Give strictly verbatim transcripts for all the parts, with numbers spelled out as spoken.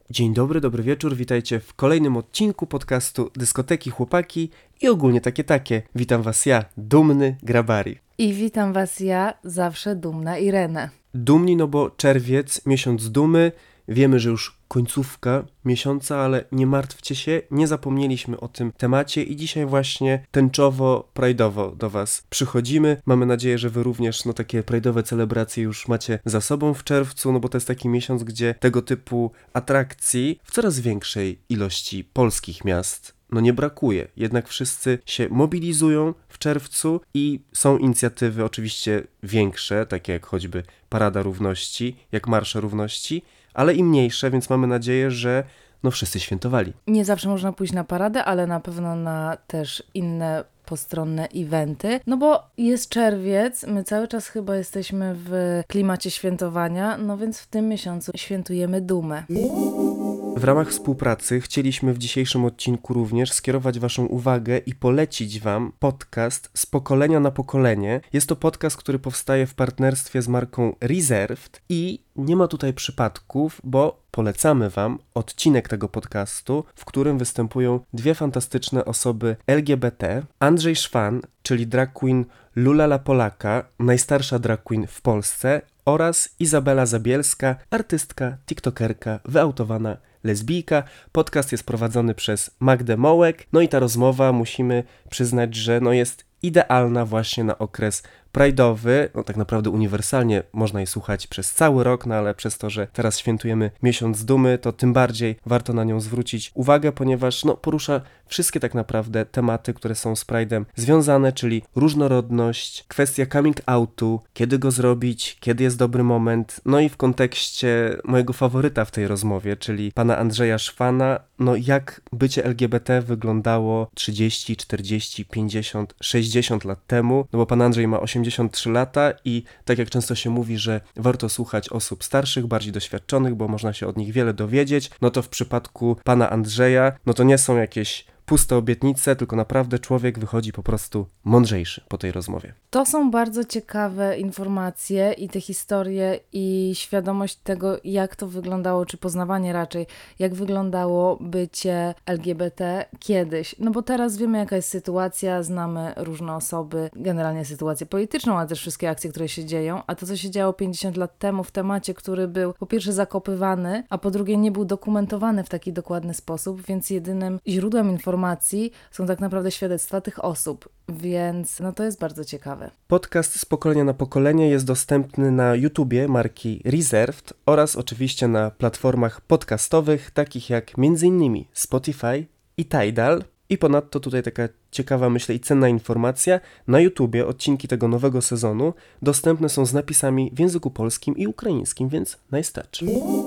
Dzień dobry, dobry wieczór, witajcie w kolejnym odcinku podcastu Dyskoteki Chłopaki i ogólnie takie takie. Witam was ja, dumny Grabari. I witam was ja, zawsze dumna Irena. Dumni, no bo czerwiec, miesiąc dumy, wiemy, że już końcówka miesiąca, ale nie martwcie się, nie zapomnieliśmy o tym temacie i dzisiaj właśnie tęczowo-prajdowo do was przychodzimy. Mamy nadzieję, że wy również no takie prajdowe celebracje już macie za sobą w czerwcu, no bo to jest taki miesiąc, gdzie tego typu atrakcji w coraz większej ilości polskich miast no nie brakuje. Jednak wszyscy się mobilizują w czerwcu i są inicjatywy oczywiście większe, takie jak choćby Parada Równości, jak Marsze Równości, ale i mniejsze, więc mamy nadzieję, że no wszyscy świętowali. Nie zawsze można pójść na paradę, ale na pewno na też inne postronne eventy, no bo jest czerwiec, my cały czas chyba jesteśmy w klimacie świętowania, no więc w tym miesiącu świętujemy dumę. W ramach współpracy chcieliśmy w dzisiejszym odcinku również skierować waszą uwagę i polecić wam podcast Z pokolenia na pokolenie. Jest to podcast, który powstaje w partnerstwie z marką Reserved i nie ma tutaj przypadków, bo polecamy wam odcinek tego podcastu, w którym występują dwie fantastyczne osoby L G B T. Andrzej Szwan, czyli drag queen Lula La Polaka, najstarsza drag queen w Polsce, oraz Izabela Zabielska, artystka, tiktokerka, wyautowana lesbijka. Podcast jest prowadzony przez Magdę Mołek, no i ta rozmowa, musimy przyznać, że no jest idealna właśnie na okres prajdowy, no tak naprawdę uniwersalnie można jej słuchać przez cały rok, no ale przez to, że teraz świętujemy miesiąc dumy, to tym bardziej warto na nią zwrócić uwagę, ponieważ no porusza wszystkie tak naprawdę tematy, które są z Pride'em związane, czyli różnorodność, kwestia coming outu, kiedy go zrobić, kiedy jest dobry moment, no i w kontekście mojego faworyta w tej rozmowie, czyli pana Andrzeja Szwana, no jak bycie L G B T wyglądało trzydzieści, czterdzieści, pięćdziesiąt, sześćdziesiąt lat temu, no bo pan Andrzej ma osiemdziesiąt trzy lata i tak jak często się mówi, że warto słuchać osób starszych, bardziej doświadczonych, bo można się od nich wiele dowiedzieć, no to w przypadku pana Andrzeja, no to nie są jakieś puste obietnice, tylko naprawdę człowiek wychodzi po prostu mądrzejszy po tej rozmowie. To są bardzo ciekawe informacje i te historie i świadomość tego, jak to wyglądało, czy poznawanie raczej, jak wyglądało bycie L G B T kiedyś. No bo teraz wiemy, jaka jest sytuacja, znamy różne osoby, generalnie sytuację polityczną, ale też wszystkie akcje, które się dzieją, a to, co się działo pięćdziesiąt lat temu w temacie, który był po pierwsze zakopywany, a po drugie nie był dokumentowany w taki dokładny sposób, więc jedynym źródłem informacji są tak naprawdę świadectwa tych osób, więc no to jest bardzo ciekawe. Podcast Z pokolenia na pokolenie jest dostępny na YouTubie marki Reserved oraz oczywiście na platformach podcastowych, takich jak między innymi Spotify i Tidal. I ponadto tutaj taka ciekawa, myślę, i cenna informacja. Na YouTubie odcinki tego nowego sezonu dostępne są z napisami w języku polskim i ukraińskim, więc najstarczy.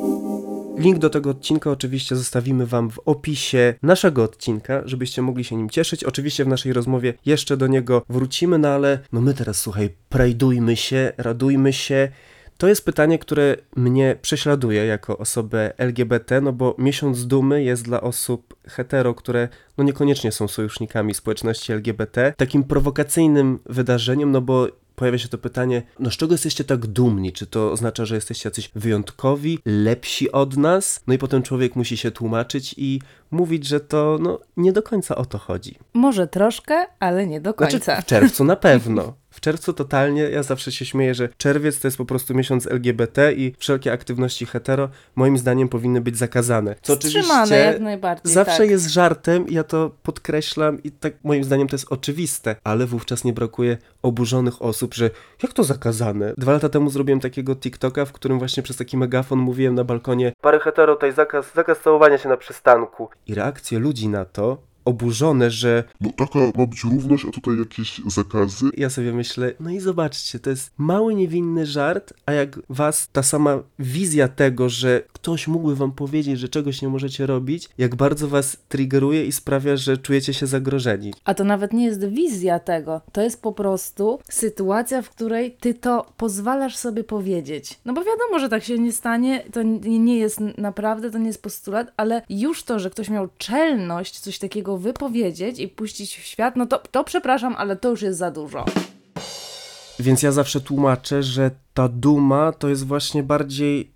Link do tego odcinka oczywiście zostawimy wam w opisie naszego odcinka, żebyście mogli się nim cieszyć. Oczywiście w naszej rozmowie jeszcze do niego wrócimy, no ale no my teraz, słuchaj, prajdujmy się, radujmy się. To jest pytanie, które mnie prześladuje jako osobę L G B T, no bo miesiąc dumy jest dla osób hetero, które no niekoniecznie są sojusznikami społeczności L G B T, takim prowokacyjnym wydarzeniem, no bo pojawia się to pytanie, no z czego jesteście tak dumni? Czy to oznacza, że jesteście jacyś wyjątkowi, lepsi od nas? No i potem człowiek musi się tłumaczyć i mówić, że to no nie do końca o to chodzi. Może troszkę, ale nie do końca. Znaczy, w czerwcu na pewno. W czerwcu totalnie, ja zawsze się śmieję, że czerwiec to jest po prostu miesiąc L G B T i wszelkie aktywności hetero moim zdaniem powinny być zakazane. Co Wstrzymane jak najbardziej, zawsze tak. jest żartem, ja to podkreślam i tak moim zdaniem to jest oczywiste, ale wówczas nie brakuje oburzonych osób, że jak to zakazane? Dwa lata temu zrobiłem takiego TikToka, w którym właśnie przez taki megafon mówiłem na balkonie pary hetero, tutaj zakaz, zakaz całowania się na przystanku. I reakcje ludzi na to oburzone, że no taka ma być równość, a tutaj jakieś zakazy. Ja sobie myślę, no i zobaczcie, to jest mały, niewinny żart, a jak was ta sama wizja tego, że ktoś mógłby wam powiedzieć, że czegoś nie możecie robić, jak bardzo was triggeruje i sprawia, że czujecie się zagrożeni. A to nawet nie jest wizja tego, to jest po prostu sytuacja, w której ty to pozwalasz sobie powiedzieć. No bo wiadomo, że tak się nie stanie, to nie jest naprawdę, to nie jest postulat, ale już to, że ktoś miał czelność coś takiego wypowiedzieć i puścić w świat, no to, to przepraszam, ale to już jest za dużo. Więc ja zawsze tłumaczę, że ta duma to jest właśnie bardziej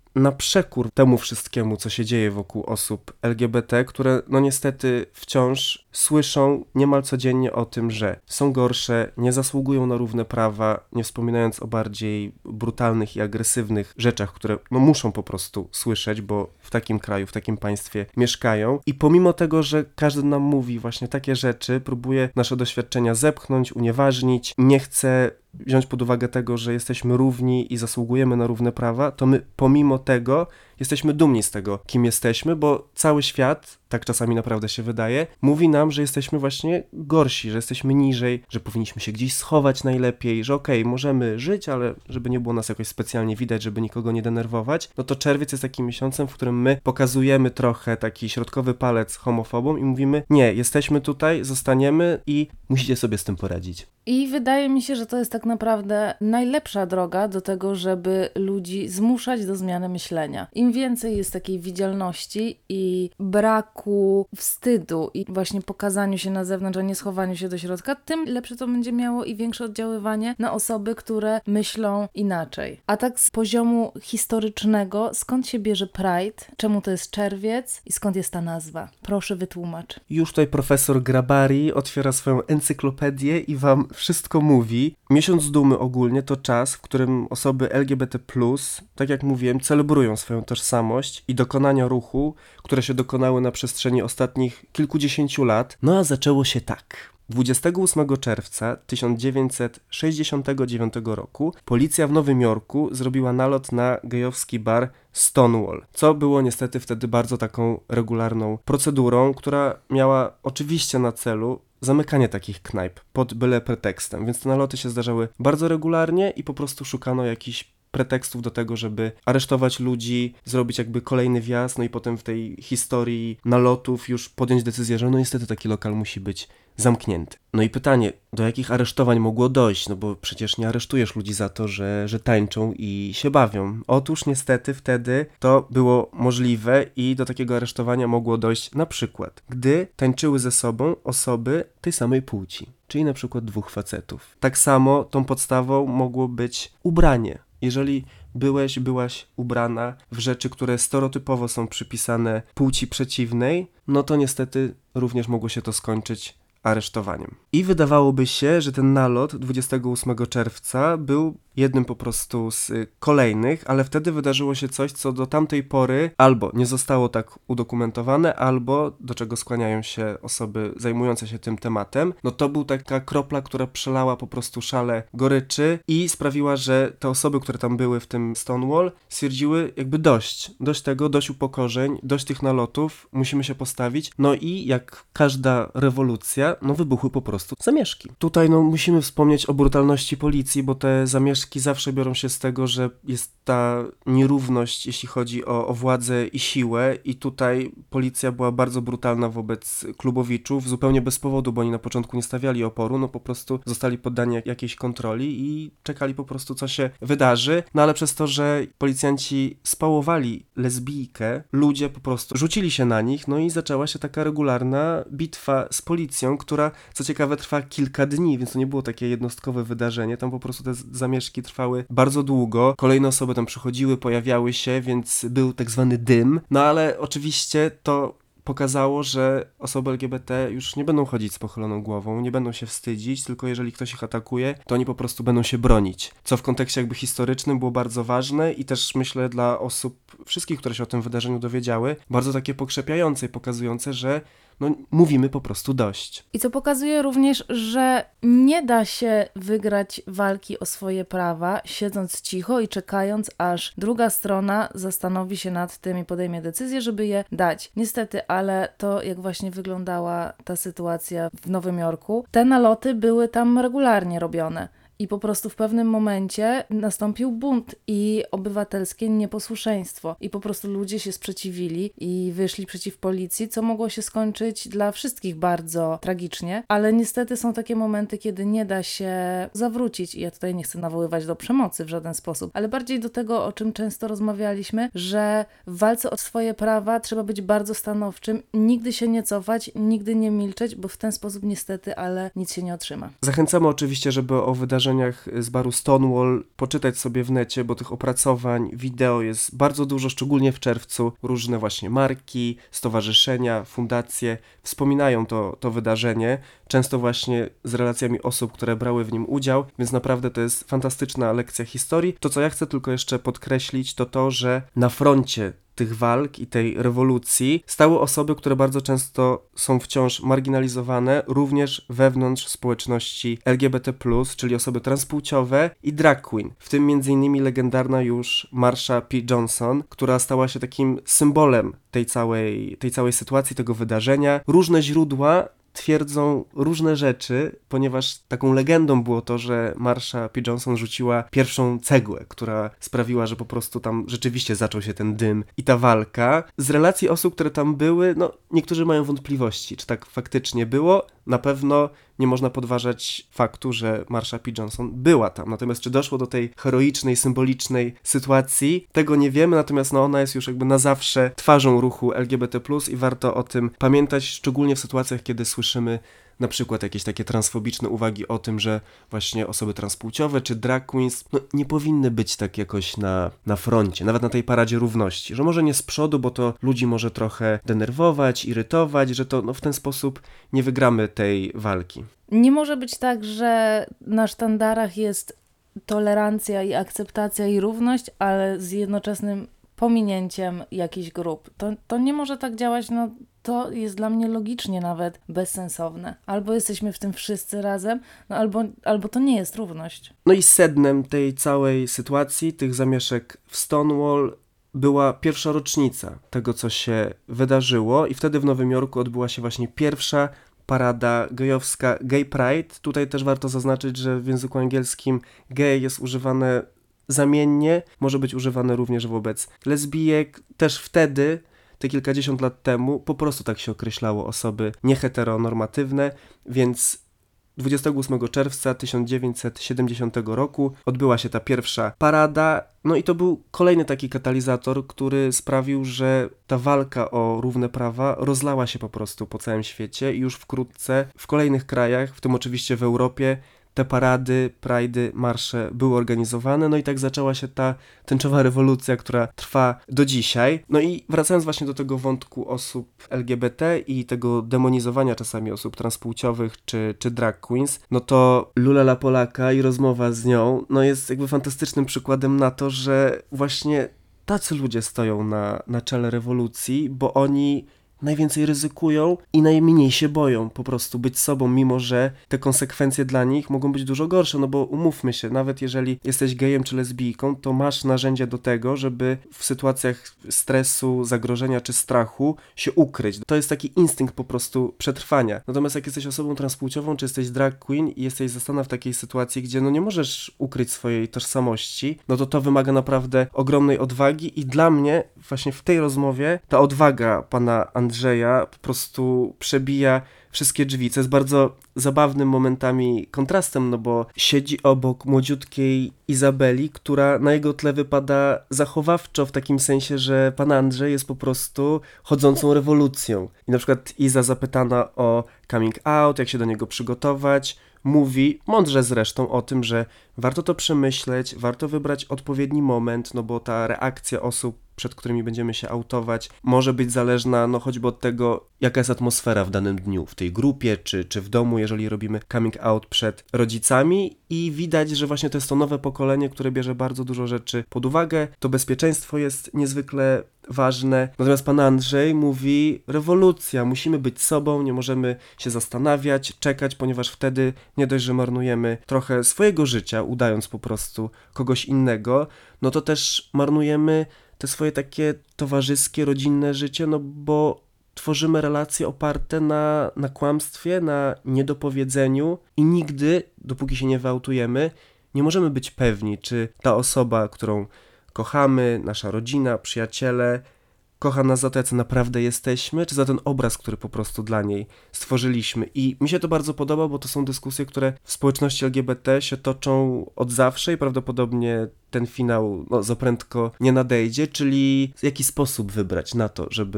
na przekór temu wszystkiemu, co się dzieje wokół osób L G B T, które no niestety wciąż słyszą niemal codziennie o tym, że są gorsze, nie zasługują na równe prawa, nie wspominając o bardziej brutalnych i agresywnych rzeczach, które no muszą po prostu słyszeć, bo w takim kraju, w takim państwie mieszkają. I pomimo tego, że każdy nam mówi właśnie takie rzeczy, próbuje nasze doświadczenia zepchnąć, unieważnić, nie chce wziąć pod uwagę tego, że jesteśmy równi i zasługujemy na równe prawa, to my pomimo tego jesteśmy dumni z tego, kim jesteśmy, bo cały świat, tak czasami naprawdę się wydaje, mówi nam, że jesteśmy właśnie gorsi, że jesteśmy niżej, że powinniśmy się gdzieś schować najlepiej, że okej, okay, możemy żyć, ale żeby nie było nas jakoś specjalnie widać, żeby nikogo nie denerwować, no to czerwiec jest takim miesiącem, w którym my pokazujemy trochę taki środkowy palec homofobom i mówimy, nie, jesteśmy tutaj, zostaniemy i musicie sobie z tym poradzić. I wydaje mi się, że to jest tak naprawdę najlepsza droga do tego, żeby ludzi zmuszać do zmiany myślenia. Im więcej jest takiej widzialności i braku wstydu i właśnie pokazaniu się na zewnątrz, a nie schowaniu się do środka, tym lepsze to będzie miało i większe oddziaływanie na osoby, które myślą inaczej. A tak z poziomu historycznego, skąd się bierze Pride? Czemu to jest czerwiec? I skąd jest ta nazwa? Proszę wytłumacz. Już tutaj profesor Grabari otwiera swoją encyklopedię i wam wszystko mówi. Miesiąc Dumy ogólnie to czas, w którym osoby L G B T plus, tak jak mówiłem, celebrują swoją tożsamość i dokonania ruchu, które się dokonały na przestrzeni ostatnich kilkudziesięciu lat. No a zaczęło się tak. dwudziestego ósmego czerwca tysiąc dziewięćset sześćdziesiątego dziewiątego roku policja w Nowym Jorku zrobiła nalot na gejowski bar Stonewall, co było niestety wtedy bardzo taką regularną procedurą, która miała oczywiście na celu zamykanie takich knajp pod byle pretekstem, więc te naloty się zdarzały bardzo regularnie i po prostu szukano jakichś pretekstów do tego, żeby aresztować ludzi, zrobić jakby kolejny wjazd, no i potem w tej historii nalotów już podjąć decyzję, że no niestety taki lokal musi być zamknięty. No i pytanie, do jakich aresztowań mogło dojść? No bo przecież nie aresztujesz ludzi za to, że, że tańczą i się bawią. Otóż niestety wtedy to było możliwe i do takiego aresztowania mogło dojść na przykład, gdy tańczyły ze sobą osoby tej samej płci, czyli na przykład dwóch facetów. Tak samo tą podstawą mogło być ubranie. Jeżeli byłeś, byłaś ubrana w rzeczy, które stereotypowo są przypisane płci przeciwnej, no to niestety również mogło się to skończyć aresztowaniem. I wydawałoby się, że ten nalot dwudziestego ósmego czerwca był jednym po prostu z kolejnych, ale wtedy wydarzyło się coś, co do tamtej pory albo nie zostało tak udokumentowane, albo do czego skłaniają się osoby zajmujące się tym tematem. No to był taka kropla, która przelała po prostu szalę goryczy i sprawiła, że te osoby, które tam były w tym Stonewall, stwierdziły jakby dość. Dość tego, dość upokorzeń, dość tych nalotów, musimy się postawić. No i jak każda rewolucja, no wybuchły po prostu zamieszki. Tutaj no musimy wspomnieć o brutalności policji, bo te zamieszki zawsze biorą się z tego, że jest ta nierówność, jeśli chodzi o, o władzę i siłę i tutaj policja była bardzo brutalna wobec klubowiczów, zupełnie bez powodu, bo oni na początku nie stawiali oporu, no po prostu zostali poddani jakiejś kontroli i czekali po prostu, co się wydarzy, no ale przez to, że policjanci spałowali lesbijkę, ludzie po prostu rzucili się na nich, no i zaczęła się taka regularna bitwa z policją, która co ciekawe trwa kilka dni, więc to nie było takie jednostkowe wydarzenie, tam po prostu te zamieszki trwały bardzo długo, kolejne osoby tam przychodziły, pojawiały się, więc był tak zwany dym, no ale oczywiście to pokazało, że osoby L G B T już nie będą chodzić z pochyloną głową, nie będą się wstydzić, tylko jeżeli ktoś ich atakuje, to oni po prostu będą się bronić. Co w kontekście jakby historycznym było bardzo ważne i też myślę dla osób wszystkich, które się o tym wydarzeniu dowiedziały, bardzo takie pokrzepiające i pokazujące, że no mówimy po prostu dość. I co pokazuje również, że nie da się wygrać walki o swoje prawa, siedząc cicho i czekając, aż druga strona zastanowi się nad tym i podejmie decyzję, żeby je dać. Niestety, ale to jak właśnie wyglądała ta sytuacja w Nowym Jorku, te naloty były tam regularnie robione. I po prostu w pewnym momencie nastąpił bunt i obywatelskie nieposłuszeństwo. I po prostu ludzie się sprzeciwili i wyszli przeciw policji, co mogło się skończyć dla wszystkich bardzo tragicznie. Ale niestety są takie momenty, kiedy nie da się zawrócić. I ja tutaj nie chcę nawoływać do przemocy w żaden sposób, ale bardziej do tego, o czym często rozmawialiśmy, że w walce o swoje prawa trzeba być bardzo stanowczym, nigdy się nie cofać, nigdy nie milczeć, bo w ten sposób niestety, ale nic się nie otrzyma. Zachęcamy oczywiście, żeby o wydarzeniu wydarzeniach z baru Stonewall, poczytać sobie w necie, bo tych opracowań, wideo jest bardzo dużo, szczególnie w czerwcu. Różne właśnie marki, stowarzyszenia, fundacje wspominają to, to wydarzenie, często właśnie z relacjami osób, które brały w nim udział, więc naprawdę to jest fantastyczna lekcja historii. To, co ja chcę tylko jeszcze podkreślić, to to, że na froncie tych walk i tej rewolucji stały osoby, które bardzo często są wciąż marginalizowane, również wewnątrz społeczności L G B T plus, czyli osoby transpłciowe i drag queen, w tym między innymi legendarna już Marsha P. Johnson, która stała się takim symbolem tej całej, tej całej sytuacji, tego wydarzenia. Różne źródła twierdzą różne rzeczy, ponieważ taką legendą było to, że Marsha P. Johnson rzuciła pierwszą cegłę, która sprawiła, że po prostu tam rzeczywiście zaczął się ten dym i ta walka. Z relacji osób, które tam były, no niektórzy mają wątpliwości, czy tak faktycznie było. Na pewno nie można podważać faktu, że Marsha P. Johnson była tam. Natomiast czy doszło do tej heroicznej, symbolicznej sytuacji, tego nie wiemy, natomiast no, ona jest już jakby na zawsze twarzą ruchu L G B T plus i warto o tym pamiętać, szczególnie w sytuacjach, kiedy słyszymy na przykład jakieś takie transfobiczne uwagi o tym, że właśnie osoby transpłciowe czy drag queens no, nie powinny być tak jakoś na, na froncie, nawet na tej paradzie równości, że może nie z przodu, bo to ludzi może trochę denerwować, irytować, że to no, w ten sposób nie wygramy tej walki. Nie może być tak, że na sztandarach jest tolerancja i akceptacja i równość, ale z jednoczesnym pominięciem jakichś grup. To, to nie może tak działać, no to jest dla mnie logicznie nawet bezsensowne. Albo jesteśmy w tym wszyscy razem, no albo, albo to nie jest równość. No i sednem tej całej sytuacji, tych zamieszek w Stonewall, była pierwsza rocznica tego, co się wydarzyło i wtedy w Nowym Jorku odbyła się właśnie pierwsza parada gejowska Gay Pride. Tutaj też warto zaznaczyć, że w języku angielskim gay jest używane zamiennie, może być używane również wobec lesbijek. Też wtedy, te kilkadziesiąt lat temu, po prostu tak się określało osoby nieheteronormatywne, więc dwudziestego ósmego czerwca tysiąc dziewięćset siedemdziesiątego roku odbyła się ta pierwsza parada, no i to był kolejny taki katalizator, który sprawił, że ta walka o równe prawa rozlała się po prostu po całym świecie i już wkrótce w kolejnych krajach, w tym oczywiście w Europie, te parady, prajdy, marsze były organizowane, no i tak zaczęła się ta tęczowa rewolucja, która trwa do dzisiaj. No i wracając właśnie do tego wątku osób L G B T i tego demonizowania czasami osób transpłciowych czy, czy drag queens, no to Lula La Polaka i rozmowa z nią, no jest jakby fantastycznym przykładem na to, że właśnie tacy ludzie stoją na, na czele rewolucji, bo oni najwięcej ryzykują i najmniej się boją po prostu być sobą, mimo że te konsekwencje dla nich mogą być dużo gorsze, no bo umówmy się, nawet jeżeli jesteś gejem czy lesbijką, to masz narzędzia do tego, żeby w sytuacjach stresu, zagrożenia czy strachu się ukryć. To jest taki instynkt po prostu przetrwania. Natomiast jak jesteś osobą transpłciową, czy jesteś drag queen i jesteś zastana w takiej sytuacji, gdzie no nie możesz ukryć swojej tożsamości, no to to wymaga naprawdę ogromnej odwagi i dla mnie właśnie w tej rozmowie ta odwaga pana Andrzeja po prostu przebija wszystkie drzwi, co jest bardzo zabawnym momentami kontrastem, no bo siedzi obok młodziutkiej Izabeli, która na jego tle wypada zachowawczo w takim sensie, że pan Andrzej jest po prostu chodzącą rewolucją. I na przykład Iza zapytana o coming out, jak się do niego przygotować, mówi, mądrze zresztą, o tym, że warto to przemyśleć, warto wybrać odpowiedni moment, no bo ta reakcja osób, przed którymi będziemy się autować, może być zależna no choćby od tego, jaka jest atmosfera w danym dniu, w tej grupie, czy, czy w domu, jeżeli robimy coming out przed rodzicami i widać, że właśnie to jest to nowe pokolenie, które bierze bardzo dużo rzeczy pod uwagę, to bezpieczeństwo jest niezwykle ważne. Natomiast pan Andrzej mówi, rewolucja, musimy być sobą, nie możemy się zastanawiać, czekać, ponieważ wtedy nie dość, że marnujemy trochę swojego życia, udając po prostu kogoś innego, no to też marnujemy te swoje takie towarzyskie, rodzinne życie, no bo tworzymy relacje oparte na, na kłamstwie, na niedopowiedzeniu i nigdy, dopóki się nie wyautujemy, nie możemy być pewni, czy ta osoba, którą kochamy, nasza rodzina, przyjaciele, kocha nas za to, jacy naprawdę jesteśmy, czy za ten obraz, który po prostu dla niej stworzyliśmy. I mi się to bardzo podoba, bo to są dyskusje, które w społeczności L G B T się toczą od zawsze i prawdopodobnie ten finał no, za prędko nie nadejdzie, czyli w jaki sposób wybrać na to, żeby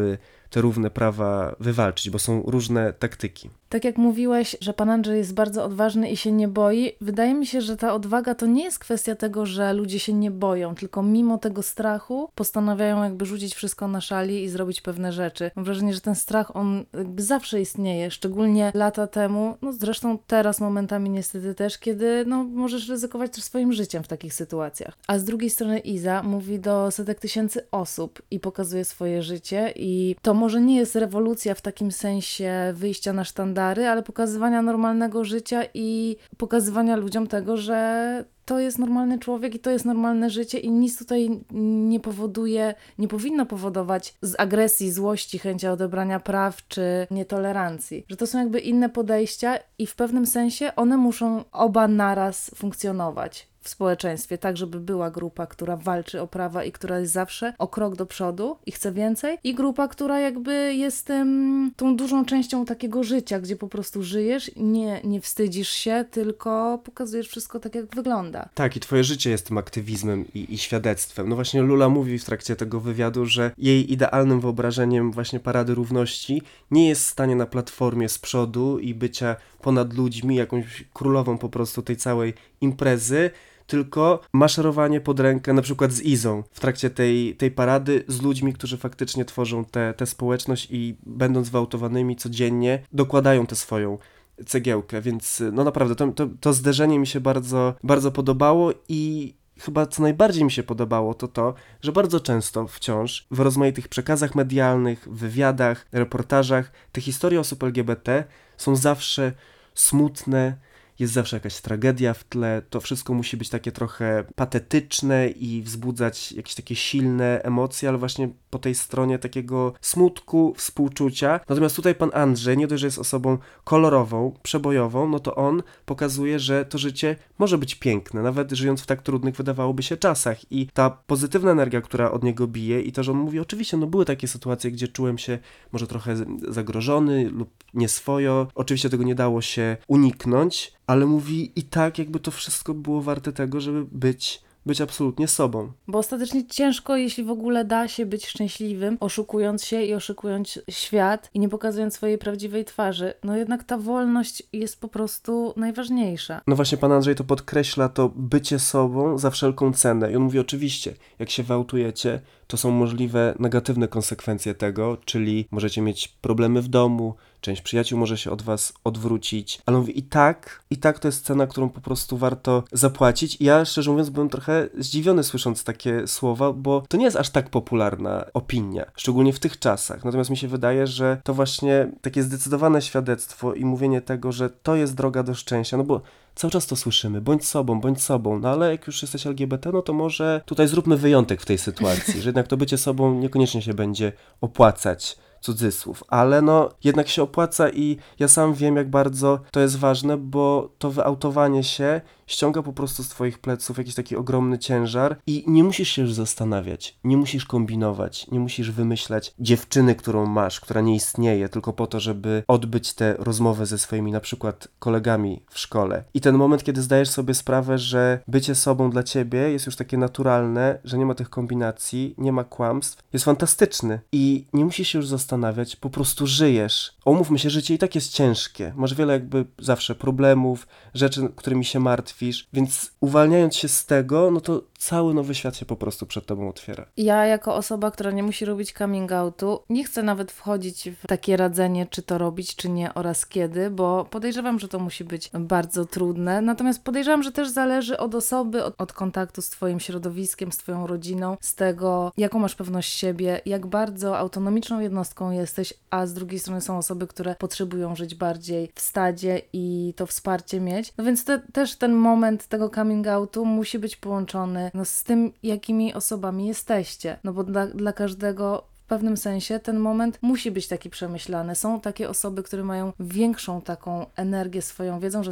te równe prawa wywalczyć, bo są różne taktyki. Tak jak mówiłeś, że pan Andrzej jest bardzo odważny i się nie boi, wydaje mi się, że ta odwaga to nie jest kwestia tego, że ludzie się nie boją, tylko mimo tego strachu postanawiają jakby rzucić wszystko na szali i zrobić pewne rzeczy. Mam wrażenie, że ten strach, on jakby zawsze istnieje, szczególnie lata temu, no zresztą teraz momentami niestety też, kiedy no możesz ryzykować też swoim życiem w takich sytuacjach. A z drugiej strony Iza mówi do setek tysięcy osób i pokazuje swoje życie i to może nie jest rewolucja w takim sensie wyjścia na sztandary, ale pokazywania normalnego życia i pokazywania ludziom tego, że to jest normalny człowiek i to jest normalne życie i nic tutaj nie powoduje, nie powinno powodować z agresji, złości, chęci odebrania praw czy nietolerancji. Że to są jakby inne podejścia i w pewnym sensie one muszą oba naraz funkcjonować w społeczeństwie, tak żeby była grupa, która walczy o prawa i która jest zawsze o krok do przodu i chce więcej, i grupa, która jakby jest tym, tą dużą częścią takiego życia, gdzie po prostu żyjesz, nie, nie wstydzisz się, tylko pokazujesz wszystko tak, jak wygląda. Tak, i twoje życie jest tym aktywizmem i, i świadectwem. No właśnie Lula mówi w trakcie tego wywiadu, że jej idealnym wyobrażeniem właśnie Parady Równości nie jest stanie na platformie z przodu i bycia ponad ludźmi, jakąś królową po prostu tej całej imprezy, tylko maszerowanie pod rękę na przykład z Izą w trakcie tej, tej parady z ludźmi, którzy faktycznie tworzą tę te, społeczność i będąc wyautowanymi codziennie dokładają tę swoją cegiełkę, więc no naprawdę to, to, to zderzenie mi się bardzo, bardzo podobało i chyba co najbardziej mi się podobało to to, że bardzo często wciąż w rozmaitych przekazach medialnych, wywiadach, reportażach te historie osób L G B T są zawsze smutne, jest zawsze jakaś tragedia w tle, to wszystko musi być takie trochę patetyczne i wzbudzać jakieś takie silne emocje, ale właśnie po tej stronie takiego smutku, współczucia. Natomiast tutaj pan Andrzej, nie dość, że jest osobą kolorową, przebojową, no to on pokazuje, że to życie może być piękne, nawet żyjąc w tak trudnych, wydawałoby się, czasach. I ta pozytywna energia, która od niego bije i to, że on mówi, oczywiście, no były takie sytuacje, gdzie czułem się może trochę zagrożony lub nieswojo. Oczywiście tego nie dało się uniknąć, ale mówi i tak, jakby to wszystko było warte tego, żeby być, być absolutnie sobą. Bo ostatecznie ciężko, jeśli w ogóle da się być szczęśliwym, oszukując się i oszukując świat i nie pokazując swojej prawdziwej twarzy. No jednak ta wolność jest po prostu najważniejsza. No właśnie pan Andrzej to podkreśla, to bycie sobą za wszelką cenę. I on mówi, oczywiście, jak się wyautujecie, to są możliwe negatywne konsekwencje tego, czyli możecie mieć problemy w domu, część przyjaciół może się od was odwrócić, ale mówi i tak, i tak to jest cena, którą po prostu warto zapłacić. I ja szczerze mówiąc byłem trochę zdziwiony słysząc takie słowa, bo to nie jest aż tak popularna opinia, szczególnie w tych czasach. Natomiast mi się wydaje, że to właśnie takie zdecydowane świadectwo i mówienie tego, że to jest droga do szczęścia, no bo cały czas to słyszymy, bądź sobą, bądź sobą, no ale jak już jesteś L G B T, no to może tutaj zróbmy wyjątek w tej sytuacji, że jednak to bycie sobą niekoniecznie się będzie opłacać, cudzysłów, ale no jednak się opłaca i ja sam wiem, jak bardzo to jest ważne, bo to wyautowanie się ściąga po prostu z twoich pleców jakiś taki ogromny ciężar i nie musisz się już zastanawiać, nie musisz kombinować, nie musisz wymyślać dziewczyny, którą masz, która nie istnieje, tylko po to, żeby odbyć tę rozmowę ze swoimi na przykład kolegami w szkole. I ten moment, kiedy zdajesz sobie sprawę, że bycie sobą dla ciebie jest już takie naturalne, że nie ma tych kombinacji, nie ma kłamstw, jest fantastyczny i nie musisz się już zastanawiać, po prostu żyjesz. Umówmy się, życie i tak jest ciężkie, masz wiele jakby zawsze problemów, rzeczy, którymi się martwisz, więc uwalniając się z tego, no to cały nowy świat się po prostu przed tobą otwiera. Ja jako osoba, która nie musi robić coming outu, nie chcę nawet wchodzić w takie radzenie, czy to robić, czy nie oraz kiedy, bo podejrzewam, że to musi być bardzo trudne, natomiast podejrzewam, że też zależy od osoby, od, od kontaktu z twoim środowiskiem, z twoją rodziną, z tego, jaką masz pewność siebie, jak bardzo autonomiczną jednostką jesteś, a z drugiej strony są osoby, które potrzebują żyć bardziej w stadzie i to wsparcie mieć. No więc te, też ten moment tego coming outu musi być połączony no, z tym, jakimi osobami jesteście. No bo dla, dla każdego w pewnym sensie ten moment musi być taki przemyślany. Są takie osoby, które mają większą taką energię swoją, wiedzą, że sobie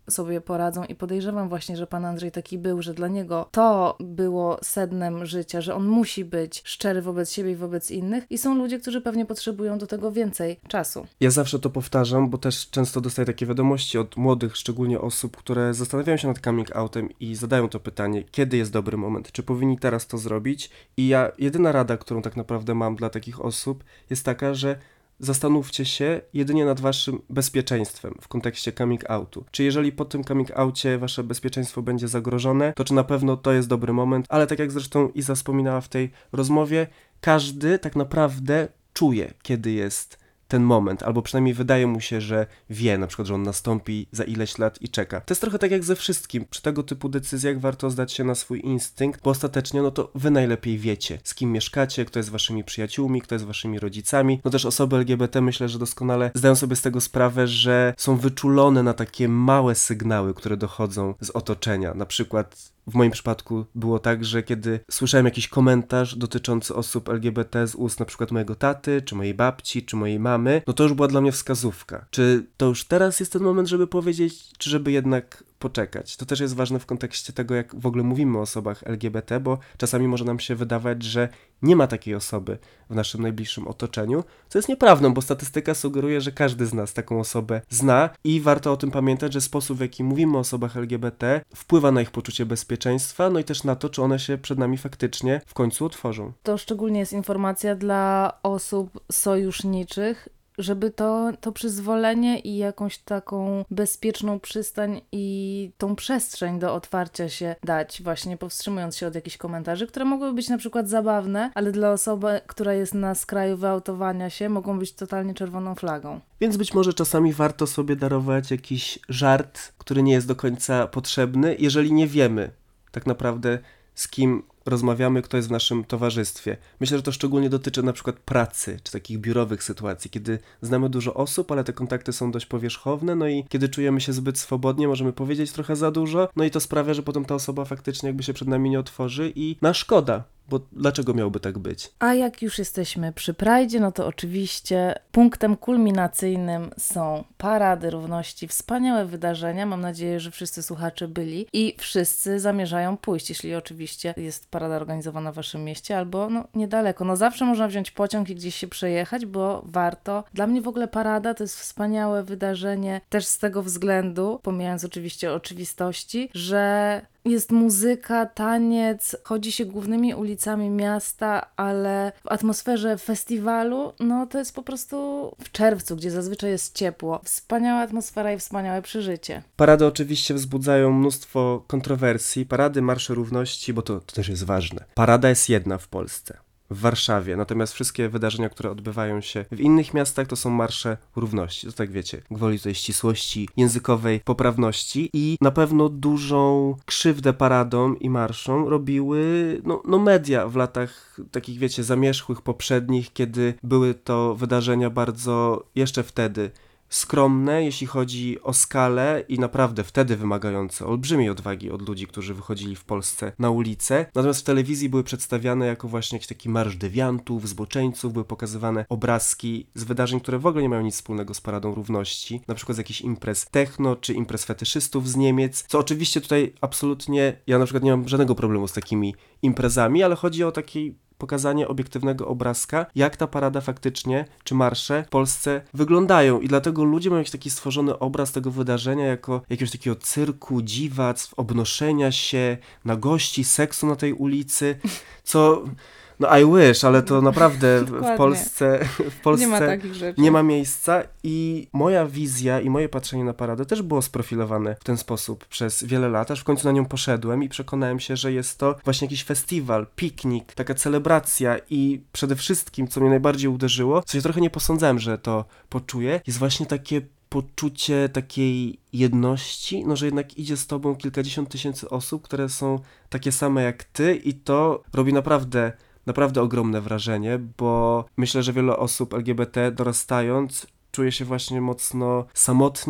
sobie poradzą i podejrzewam właśnie, że pan Andrzej taki był, że dla niego to było sednem życia, że on musi być szczery wobec siebie i wobec innych i są ludzie, którzy pewnie potrzebują do tego więcej czasu. Ja zawsze to powtarzam, bo też często dostaję takie wiadomości od młodych, szczególnie osób, które zastanawiają się nad coming outem i zadają to pytanie, kiedy jest dobry moment, czy powinni teraz to zrobić? I ja, jedyna rada, którą tak naprawdę mam dla takich osób, jest taka, że zastanówcie się jedynie nad waszym bezpieczeństwem w kontekście coming outu. Czy jeżeli po tym coming outie wasze bezpieczeństwo będzie zagrożone, to czy na pewno to jest dobry moment, ale tak jak zresztą Iza wspominała w tej rozmowie, każdy tak naprawdę czuje, kiedy jest ten moment, albo przynajmniej wydaje mu się, że wie, na przykład, że on nastąpi za ileś lat i czeka. To jest trochę tak jak ze wszystkim. Przy tego typu decyzjach warto zdać się na swój instynkt, bo ostatecznie, no to wy najlepiej wiecie, z kim mieszkacie, kto jest waszymi przyjaciółmi, kto jest waszymi rodzicami. No też osoby L G B T myślę, że doskonale zdają sobie z tego sprawę, że są wyczulone na takie małe sygnały, które dochodzą z otoczenia. Na przykład w moim przypadku było tak, że kiedy słyszałem jakiś komentarz dotyczący osób L G B T z ust na przykład mojego taty, czy mojej babci, czy mojej mamy, no to już była dla mnie wskazówka. Czy to już teraz jest ten moment, żeby powiedzieć, czy żeby jednak poczekać? To też jest ważne w kontekście tego, jak w ogóle mówimy o osobach L G B T, bo czasami może nam się wydawać, że nie ma takiej osoby w naszym najbliższym otoczeniu, co jest nieprawdą, bo statystyka sugeruje, że każdy z nas taką osobę zna i warto o tym pamiętać, że sposób, w jaki mówimy o osobach L G B T, wpływa na ich poczucie bezpieczeństwa, no i też na to, czy one się przed nami faktycznie w końcu otworzą. To szczególnie jest informacja dla osób sojuszniczych, żeby to, to przyzwolenie i jakąś taką bezpieczną przystań i tą przestrzeń do otwarcia się dać, właśnie powstrzymując się od jakichś komentarzy, które mogłyby być na przykład zabawne, ale dla osoby, która jest na skraju wyautowania się, mogą być totalnie czerwoną flagą. Więc być może czasami warto sobie darować jakiś żart, który nie jest do końca potrzebny, jeżeli nie wiemy tak naprawdę, z kim rozmawiamy, kto jest w naszym towarzystwie. Myślę, że to szczególnie dotyczy na przykład pracy, czy takich biurowych sytuacji, kiedy znamy dużo osób, ale te kontakty są dość powierzchowne, no i kiedy czujemy się zbyt swobodnie, możemy powiedzieć trochę za dużo, no i to sprawia, że potem ta osoba faktycznie jakby się przed nami nie otworzy i na szkoda, bo dlaczego miałoby tak być? A jak już jesteśmy przy Prajdzie, no to oczywiście punktem kulminacyjnym są Parady Równości, wspaniałe wydarzenia. Mam nadzieję, że wszyscy słuchacze byli i wszyscy zamierzają pójść, jeśli oczywiście jest parada organizowana w waszym mieście albo no niedaleko. No zawsze można wziąć pociąg i gdzieś się przejechać, bo warto. Dla mnie w ogóle parada to jest wspaniałe wydarzenie też z tego względu, pomijając oczywiście oczywistości, że jest muzyka, taniec, chodzi się głównymi ulicami miasta, ale w atmosferze festiwalu, no to jest po prostu w czerwcu, gdzie zazwyczaj jest ciepło. Wspaniała atmosfera i wspaniałe przeżycie. Parady oczywiście wzbudzają mnóstwo kontrowersji. Parady, marsze równości, bo to, to też jest ważne. Parada jest jedna w Polsce, w Warszawie, natomiast wszystkie wydarzenia, które odbywają się w innych miastach, to są marsze równości. To tak wiecie, gwoli tej ścisłości językowej, poprawności i na pewno dużą krzywdę paradom i marszom robiły no, no media w latach takich, wiecie, zamierzchłych poprzednich, kiedy były to wydarzenia bardzo jeszcze wtedy skromne, jeśli chodzi o skalę i naprawdę wtedy wymagające olbrzymiej odwagi od ludzi, którzy wychodzili w Polsce na ulicę. Natomiast w telewizji były przedstawiane jako właśnie jakiś taki marsz dewiantów, zboczeńców, były pokazywane obrazki z wydarzeń, które w ogóle nie mają nic wspólnego z Paradą Równości, na przykład z jakichś imprez techno, czy imprez fetyszystów z Niemiec, co oczywiście tutaj absolutnie, ja na przykład nie mam żadnego problemu z takimi imprezami, ale chodzi o taki pokazanie obiektywnego obrazka, jak ta parada faktycznie, czy marsze w Polsce wyglądają i dlatego ludzie mają jakiś taki stworzony obraz tego wydarzenia jako jakiegoś takiego cyrku, dziwactw, obnoszenia się, nagości, seksu na tej ulicy, co... No I wish, ale to naprawdę w Polsce, w Polsce nie ma takich rzeczy. Nie ma miejsca i moja wizja i moje patrzenie na paradę też było sprofilowane w ten sposób przez wiele lat, aż w końcu na nią poszedłem i przekonałem się, że jest to właśnie jakiś festiwal, piknik, taka celebracja i przede wszystkim, co mnie najbardziej uderzyło, co się trochę nie posądzałem, że to poczuję, jest właśnie takie poczucie takiej jedności, no że jednak idzie z tobą kilkadziesiąt tysięcy osób, które są takie same jak ty i to robi naprawdę Naprawdę ogromne wrażenie, bo myślę, że wiele osób L G B T dorastając czuje się właśnie mocno samotnie,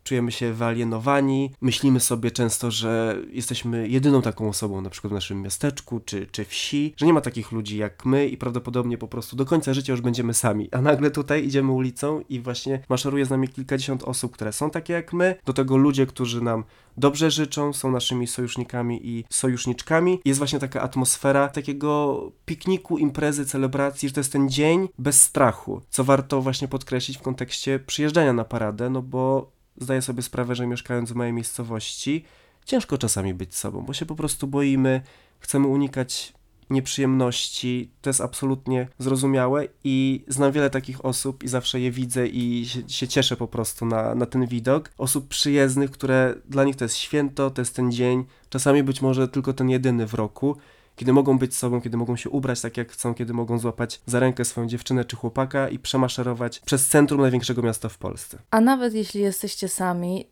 czujemy się wyalienowani, myślimy sobie często, że jesteśmy jedyną taką osobą na przykład w naszym miasteczku czy, czy wsi, że nie ma takich ludzi jak my i prawdopodobnie po prostu do końca życia już będziemy sami, a nagle tutaj idziemy ulicą i właśnie maszeruje z nami kilkadziesiąt osób, które są takie jak my, do tego ludzie, którzy nam dobrze życzą, są naszymi sojusznikami i sojuszniczkami. Jest właśnie taka atmosfera takiego pikniku, imprezy, celebracji, że to jest ten dzień bez strachu, co warto właśnie podkreślić w kontekście przyjeżdżania na paradę, no bo zdaję sobie sprawę, że mieszkając w mojej miejscowości, ciężko czasami być sobą, bo się po prostu boimy, chcemy unikać nieprzyjemności, to jest absolutnie zrozumiałe i znam wiele takich osób i zawsze je widzę i się, się cieszę po prostu na, na ten widok. Osób przyjezdnych, które dla nich to jest święto, to jest ten dzień, czasami być może tylko ten jedyny w roku, kiedy mogą być sobą, kiedy mogą się ubrać tak jak chcą, kiedy mogą złapać za rękę swoją dziewczynę czy chłopaka i przemaszerować przez centrum największego miasta w Polsce. A nawet jeśli jesteście sami,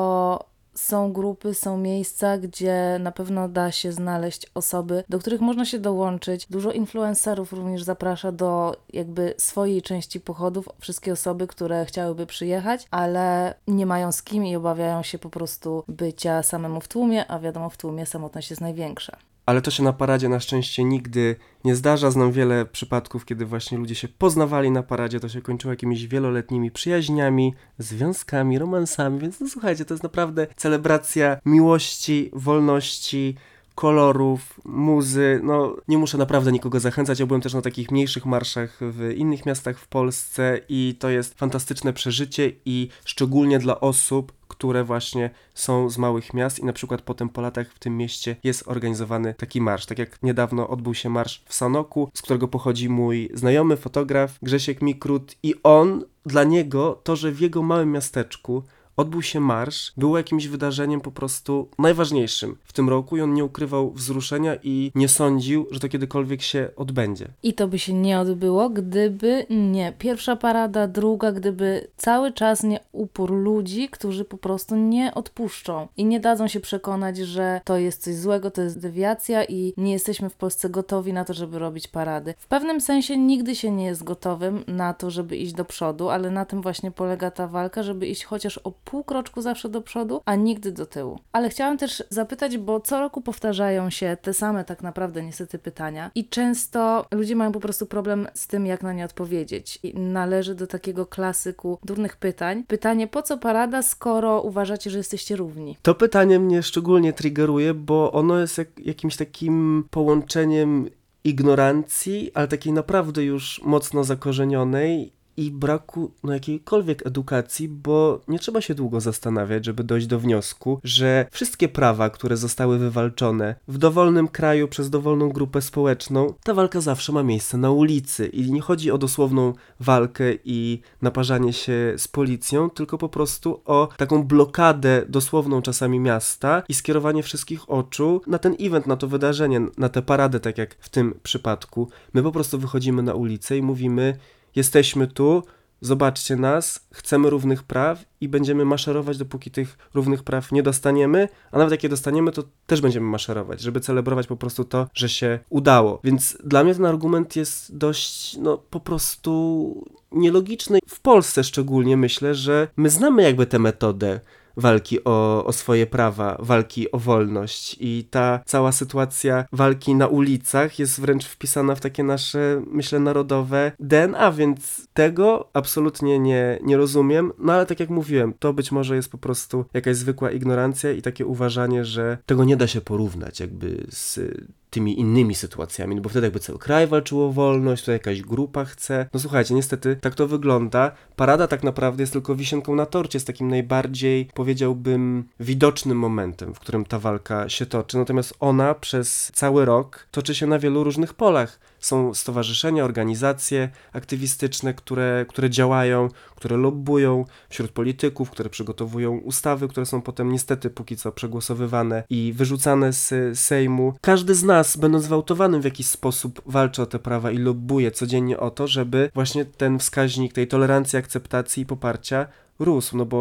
to są grupy, są miejsca, gdzie na pewno da się znaleźć osoby, do których można się dołączyć. Dużo influencerów również zaprasza do jakby swojej części pochodów wszystkie osoby, które chciałyby przyjechać, ale nie mają z kim i obawiają się po prostu bycia samemu w tłumie, a wiadomo, w tłumie samotność jest największa. Ale to się na paradzie na szczęście nigdy nie zdarza. Znam wiele przypadków, kiedy właśnie ludzie się poznawali na paradzie, to się kończyło jakimiś wieloletnimi przyjaźniami, związkami, romansami, więc no słuchajcie, to jest naprawdę celebracja miłości, wolności, kolorów, muzy. No nie muszę naprawdę nikogo zachęcać, ja byłem też na takich mniejszych marszach w innych miastach w Polsce i to jest fantastyczne przeżycie i szczególnie dla osób, które właśnie są z małych miast i na przykład potem po latach w tym mieście jest organizowany taki marsz. Tak jak niedawno odbył się marsz w Sanoku, z którego pochodzi mój znajomy fotograf Grzesiek Mikrut i on, dla niego to, że w jego małym miasteczku odbył się marsz, było jakimś wydarzeniem po prostu najważniejszym w tym roku i on nie ukrywał wzruszenia i nie sądził, że to kiedykolwiek się odbędzie. I to by się nie odbyło, gdyby nie pierwsza parada, druga, gdyby cały czas nie upór ludzi, którzy po prostu nie odpuszczą i nie dadzą się przekonać, że to jest coś złego, to jest dewiacja i nie jesteśmy w Polsce gotowi na to, żeby robić parady. W pewnym sensie nigdy się nie jest gotowym na to, żeby iść do przodu, ale na tym właśnie polega ta walka, żeby iść chociaż o pół kroczku zawsze do przodu, a nigdy do tyłu. Ale chciałam też zapytać, bo co roku powtarzają się te same tak naprawdę niestety pytania i często ludzie mają po prostu problem z tym, jak na nie odpowiedzieć. I należy do takiego klasyku durnych pytań. Pytanie, po co parada, skoro uważacie, że jesteście równi? To pytanie mnie szczególnie triggeruje, bo ono jest jak, jakimś takim połączeniem ignorancji, ale takiej naprawdę już mocno zakorzenionej i braku no, jakiejkolwiek edukacji, bo nie trzeba się długo zastanawiać, żeby dojść do wniosku, że wszystkie prawa, które zostały wywalczone w dowolnym kraju przez dowolną grupę społeczną, ta walka zawsze ma miejsce na ulicy i nie chodzi o dosłowną walkę i naparzanie się z policją, tylko po prostu o taką blokadę dosłowną czasami miasta i skierowanie wszystkich oczu na ten event, na to wydarzenie, na tę paradę, tak jak w tym przypadku. My po prostu wychodzimy na ulicę i mówimy: jesteśmy tu, zobaczcie nas, chcemy równych praw i będziemy maszerować, dopóki tych równych praw nie dostaniemy, a nawet jak je dostaniemy, to też będziemy maszerować, żeby celebrować po prostu to, że się udało. Więc dla mnie ten argument jest dość, no po prostu nielogiczny. W Polsce szczególnie myślę, że my znamy jakby tę metodę walki o, o swoje prawa, walki o wolność i ta cała sytuacja walki na ulicach jest wręcz wpisana w takie nasze, myślę, narodowe D N A, więc tego absolutnie nie, nie rozumiem, no ale tak jak mówiłem, to być może jest po prostu jakaś zwykła ignorancja i takie uważanie, że tego nie da się porównać jakby z tymi innymi sytuacjami, no bo wtedy jakby cały kraj walczył o wolność, tutaj jakaś grupa chce. No słuchajcie, niestety tak to wygląda. Parada tak naprawdę jest tylko wisienką na torcie, jest takim najbardziej, powiedziałbym, widocznym momentem, w którym ta walka się toczy. Natomiast ona przez cały rok toczy się na wielu różnych polach. Są stowarzyszenia, organizacje aktywistyczne, które, które działają, które lobbują wśród polityków, które przygotowują ustawy, które są potem niestety póki co przegłosowywane i wyrzucane z Sejmu. Każdy z nas, będąc wyautowanym w jakiś sposób, walczy o te prawa i lobbuje codziennie o to, żeby właśnie ten wskaźnik tej tolerancji, akceptacji i poparcia rósł, no bo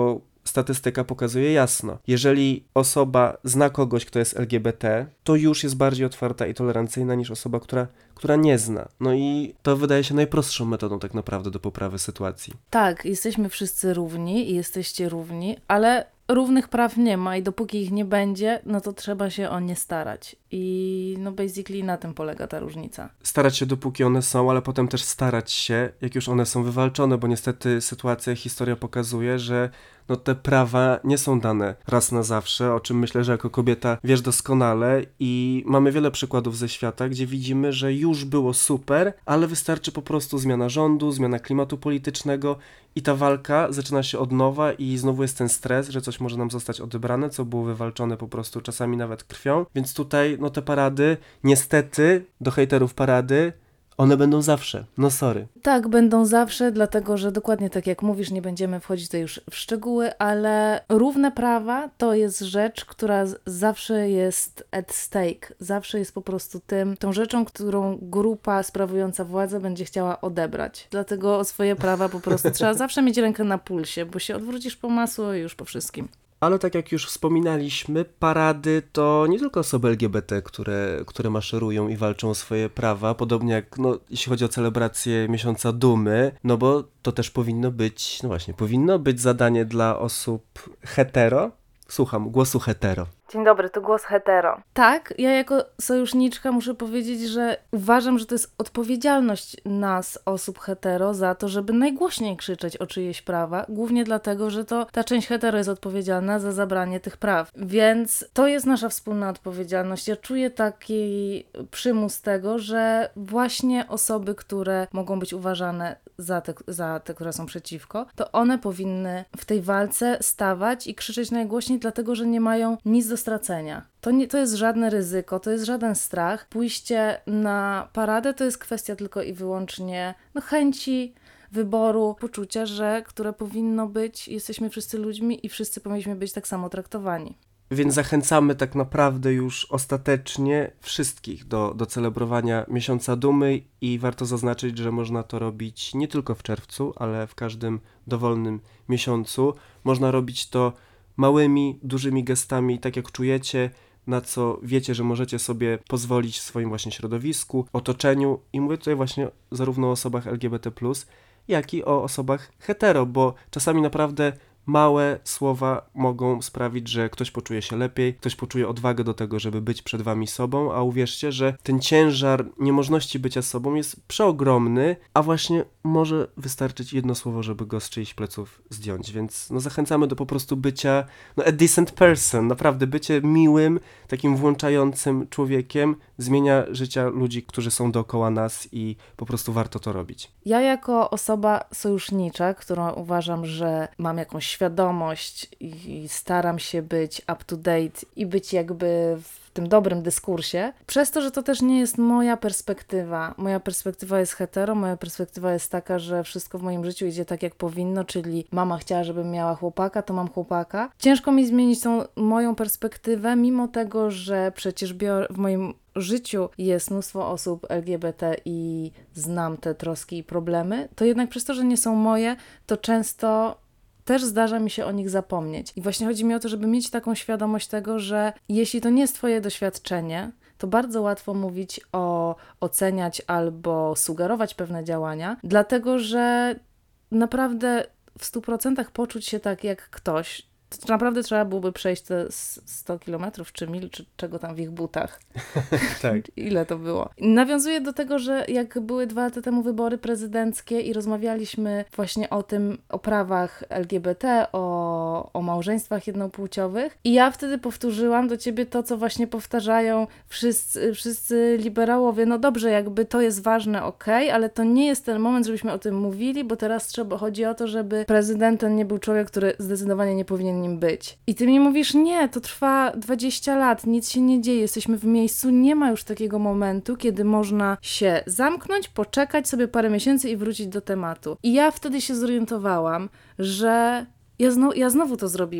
statystyka pokazuje jasno. Jeżeli osoba zna kogoś, kto jest L G B T, to już jest bardziej otwarta i tolerancyjna niż osoba, która, która nie zna. No i to wydaje się najprostszą metodą tak naprawdę do poprawy sytuacji. Tak, jesteśmy wszyscy równi i jesteście równi, ale równych praw nie ma i dopóki ich nie będzie, no to trzeba się o nie starać. I no basically na tym polega ta różnica. Starać się dopóki one są, ale potem też starać się, jak już one są wywalczone, bo niestety sytuacja, historia pokazuje, że no te prawa nie są dane raz na zawsze, o czym myślę, że jako kobieta wiesz doskonale i mamy wiele przykładów ze świata, gdzie widzimy, że już było super, ale wystarczy po prostu zmiana rządu, zmiana klimatu politycznego i ta walka zaczyna się od nowa i znowu jest ten stres, że coś może nam zostać odebrane, co było wywalczone po prostu czasami nawet krwią, więc tutaj no te parady, niestety do hejterów parady, one będą zawsze, no sorry. Tak, będą zawsze, dlatego że dokładnie tak jak mówisz, nie będziemy wchodzić tutaj już w szczegóły, ale równe prawa to jest rzecz, która z- zawsze jest at stake, zawsze jest po prostu tym, tą rzeczą, którą grupa sprawująca władzę będzie chciała odebrać. Dlatego o swoje prawa po prostu trzeba zawsze mieć rękę na pulsie, bo się odwrócisz po masło i już po wszystkim. Ale tak jak już wspominaliśmy, parady to nie tylko osoby L G B T, które, które maszerują i walczą o swoje prawa, podobnie jak no, jeśli chodzi o celebrację Miesiąca Dumy, no bo to też powinno być, no właśnie, powinno być zadanie dla osób hetero. Słucham, głosu hetero. Dzień dobry, to głos hetero. Tak, ja jako sojuszniczka muszę powiedzieć, że uważam, że to jest odpowiedzialność nas, osób hetero, za to, żeby najgłośniej krzyczeć o czyjeś prawa, głównie dlatego, że to ta część hetero jest odpowiedzialna za zabranie tych praw. Więc to jest nasza wspólna odpowiedzialność. Ja czuję taki przymus tego, że właśnie osoby, które mogą być uważane za te, za te, które są przeciwko, to one powinny w tej walce stawać i krzyczeć najgłośniej, dlatego, że nie mają nic do stracenia. To nie, to jest żadne ryzyko, to jest żaden strach. Pójście na paradę to jest kwestia tylko i wyłącznie no, chęci, wyboru, poczucia, że które powinno być, jesteśmy wszyscy ludźmi i wszyscy powinniśmy być tak samo traktowani. Więc zachęcamy tak naprawdę już ostatecznie wszystkich do, do celebrowania Miesiąca Dumy i warto zaznaczyć, że można to robić nie tylko w czerwcu, ale w każdym dowolnym miesiącu. Można robić to małymi, dużymi gestami, tak jak czujecie, na co wiecie, że możecie sobie pozwolić w swoim właśnie środowisku, otoczeniu i mówię tutaj właśnie zarówno o osobach L G B T plus, jak i o osobach hetero, bo czasami naprawdę małe słowa mogą sprawić, że ktoś poczuje się lepiej, ktoś poczuje odwagę do tego, żeby być przed wami sobą, a uwierzcie, że ten ciężar niemożności bycia sobą jest przeogromny, a właśnie może wystarczyć jedno słowo, żeby go z czyichś pleców zdjąć, więc no zachęcamy do po prostu bycia no a decent person, naprawdę bycie miłym, takim włączającym człowiekiem zmienia życia ludzi, którzy są dookoła nas i po prostu warto to robić. Ja jako osoba sojusznicza, która uważam, że mam jakąś świadomość i staram się być up to date i być jakby w tym dobrym dyskursie, przez to, że to też nie jest moja perspektywa. Moja perspektywa jest hetero, moja perspektywa jest taka, że wszystko w moim życiu idzie tak, jak powinno, czyli mama chciała, żebym miała chłopaka, to mam chłopaka. Ciężko mi zmienić tą moją perspektywę, mimo tego, że przecież biorę w moim życiu jest mnóstwo osób L G B T i znam te troski i problemy, to jednak przez to, że nie są moje, to często też zdarza mi się o nich zapomnieć. I właśnie chodzi mi o to, żeby mieć taką świadomość tego, że jeśli to nie jest twoje doświadczenie, to bardzo łatwo mówić o oceniać albo sugerować pewne działania, dlatego że naprawdę w stu procentach poczuć się tak jak ktoś, to naprawdę trzeba byłoby przejść te sto kilometrów, czy mil, czy czego tam w ich butach. Tak. Ile to było? Nawiązuję do tego, że jak były dwa lata temu wybory prezydenckie i rozmawialiśmy właśnie o tym, o prawach L G B T, o, o małżeństwach jednopłciowych i ja wtedy powtórzyłam do ciebie to, co właśnie powtarzają wszyscy, wszyscy liberałowie. No dobrze, jakby to jest ważne, okej, okay, ale to nie jest ten moment, żebyśmy o tym mówili, bo teraz trzeba, chodzi o to, żeby prezydentem nie był człowiek, który zdecydowanie nie powinien nim być. I ty mi mówisz, nie, to trwa dwadzieścia lat, nic się nie dzieje, jesteśmy w miejscu, nie ma już takiego momentu, kiedy można się zamknąć, poczekać sobie parę miesięcy i wrócić do tematu. I ja wtedy się zorientowałam, że ja, znowu, ja znowu to zrobiłam.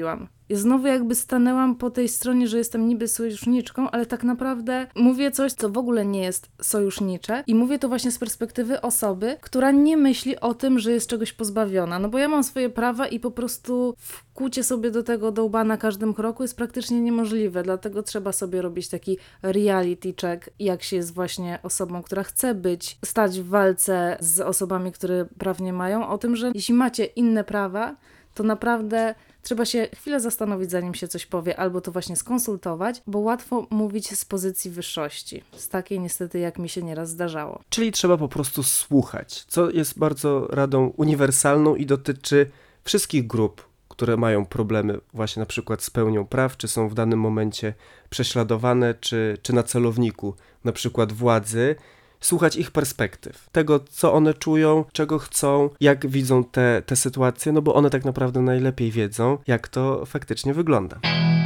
Ja znowu jakby stanęłam po tej stronie, że jestem niby sojuszniczką, ale tak naprawdę mówię coś, co w ogóle nie jest sojusznicze i mówię to właśnie z perspektywy osoby, która nie myśli o tym, że jest czegoś pozbawiona. No bo ja mam swoje prawa i po prostu wkłucie sobie do tego do łba na każdym kroku jest praktycznie niemożliwe, dlatego trzeba sobie robić taki reality check, jak się jest właśnie osobą, która chce być, stać w walce z osobami, które praw nie mają, o tym, że jeśli macie inne prawa, to naprawdę trzeba się chwilę zastanowić, zanim się coś powie, albo to właśnie skonsultować, bo łatwo mówić z pozycji wyższości. Z takiej niestety, jak mi się nieraz zdarzało. Czyli trzeba po prostu słuchać, co jest bardzo radą uniwersalną i dotyczy wszystkich grup, które mają problemy właśnie na przykład z pełnią praw, czy są w danym momencie prześladowane, czy, czy na celowniku na przykład władzy. Słuchać ich perspektyw, tego co one czują, czego chcą, jak widzą te, te sytuacje, no bo one tak naprawdę najlepiej wiedzą, jak to faktycznie wygląda.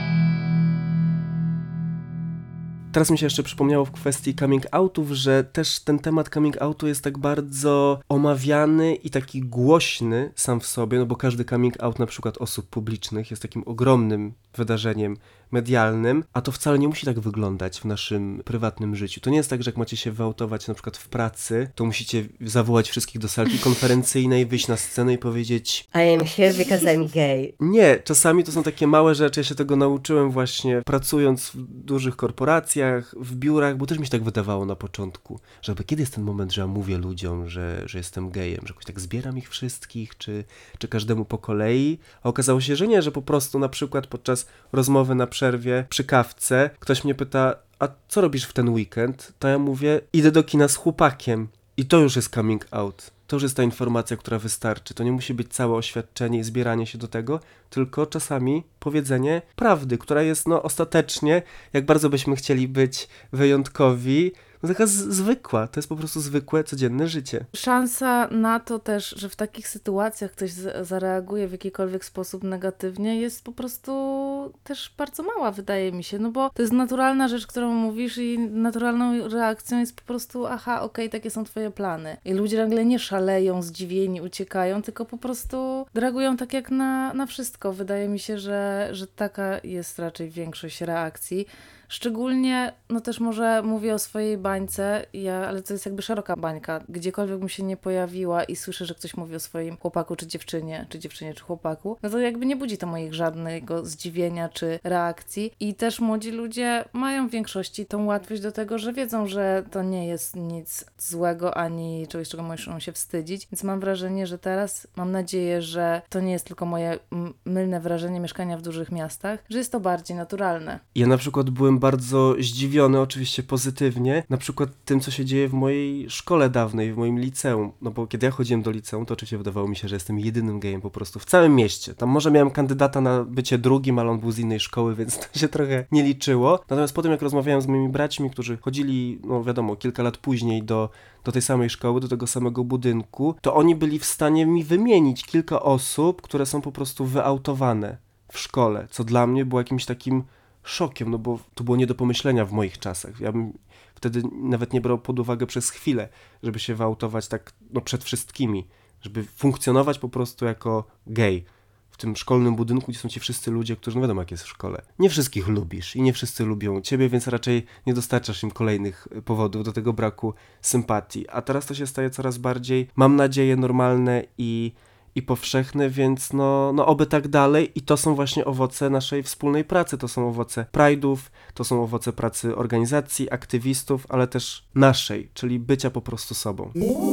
Teraz mi się jeszcze przypomniało w kwestii coming outów, że też ten temat coming outu jest tak bardzo omawiany i taki głośny sam w sobie, no bo każdy coming out na przykład osób publicznych jest takim ogromnym wydarzeniem medialnym, a to wcale nie musi tak wyglądać w naszym prywatnym życiu. To nie jest tak, że jak macie się wyautować na przykład w pracy, to musicie zawołać wszystkich do salki konferencyjnej, wyjść na scenę i powiedzieć I am here because I'm gay. nie, czasami to są takie małe rzeczy, ja się tego nauczyłem właśnie pracując w dużych korporacjach, w biurach, bo też mi się tak wydawało na początku, że jakby kiedy jest ten moment, że ja mówię ludziom, że, że jestem gejem, że jakoś tak zbieram ich wszystkich, czy, czy każdemu po kolei, a okazało się, że nie, że po prostu na przykład podczas rozmowy na przerwie przy kawce ktoś mnie pyta, a co robisz w ten weekend? To ja mówię, idę do kina z chłopakiem i to już jest coming out. To już jest ta informacja, która wystarczy. To nie musi być całe oświadczenie i zbieranie się do tego, tylko czasami powiedzenie prawdy, która jest no ostatecznie, jak bardzo byśmy chcieli być wyjątkowi, no taka z- zwykła. To jest po prostu zwykłe, codzienne życie. Szansa na to też, że w takich sytuacjach ktoś z- zareaguje w jakikolwiek sposób negatywnie, jest po prostu też bardzo mała, wydaje mi się, no bo to jest naturalna rzecz, którą mówisz i naturalną reakcją jest po prostu aha, okej, takie są twoje plany. I ludzie nagle nie szaleją, zdziwieni, uciekają, tylko po prostu reagują tak jak na, na wszystko. Wydaje mi się, że, że taka jest raczej większość reakcji. Szczególnie, no też może mówię o swojej bańce, ja, ale to jest jakby szeroka bańka. Gdziekolwiek bym się nie pojawiła i słyszę, że ktoś mówi o swoim chłopaku czy dziewczynie, czy dziewczynie, czy chłopaku, no to jakby nie budzi to moich żadnego zdziwienia czy reakcji. I też młodzi ludzie mają w większości tą łatwość do tego, że wiedzą, że to nie jest nic złego, ani czegoś, czego muszą się wstydzić. Więc mam wrażenie, że teraz, mam nadzieję, że to nie jest tylko moje m- mylne wrażenie mieszkania w dużych miastach, że jest to bardziej naturalne. Ja na przykład byłem bardzo zdziwiony, oczywiście pozytywnie, na przykład tym, co się dzieje w mojej szkole dawnej, w moim liceum. No bo kiedy ja chodziłem do liceum, to oczywiście wydawało mi się, że jestem jedynym gejem po prostu w całym mieście. Tam może miałem kandydata na bycie drugim, ale on był z innej szkoły, więc to się trochę nie liczyło. Natomiast potem, jak rozmawiałem z moimi braćmi, którzy chodzili, no wiadomo, kilka lat później do, do tej samej szkoły, do tego samego budynku, to oni byli w stanie mi wymienić kilka osób, które są po prostu wyautowane w szkole, co dla mnie było jakimś takim szokiem, no bo to było nie do pomyślenia w moich czasach. Ja bym wtedy nawet nie brał pod uwagę przez chwilę, żeby się wyautować tak no, przed wszystkimi, żeby funkcjonować po prostu jako gej w tym szkolnym budynku, gdzie są ci wszyscy ludzie, którzy no wiadomo jak jest w szkole. Nie wszystkich lubisz i nie wszyscy lubią ciebie, więc raczej nie dostarczasz im kolejnych powodów do tego braku sympatii. A teraz to się staje coraz bardziej, mam nadzieję, normalne i i powszechne, więc no, no oby tak dalej i to są właśnie owoce naszej wspólnej pracy, to są owoce Pride'ów, to są owoce pracy organizacji, aktywistów, ale też naszej, czyli bycia po prostu sobą.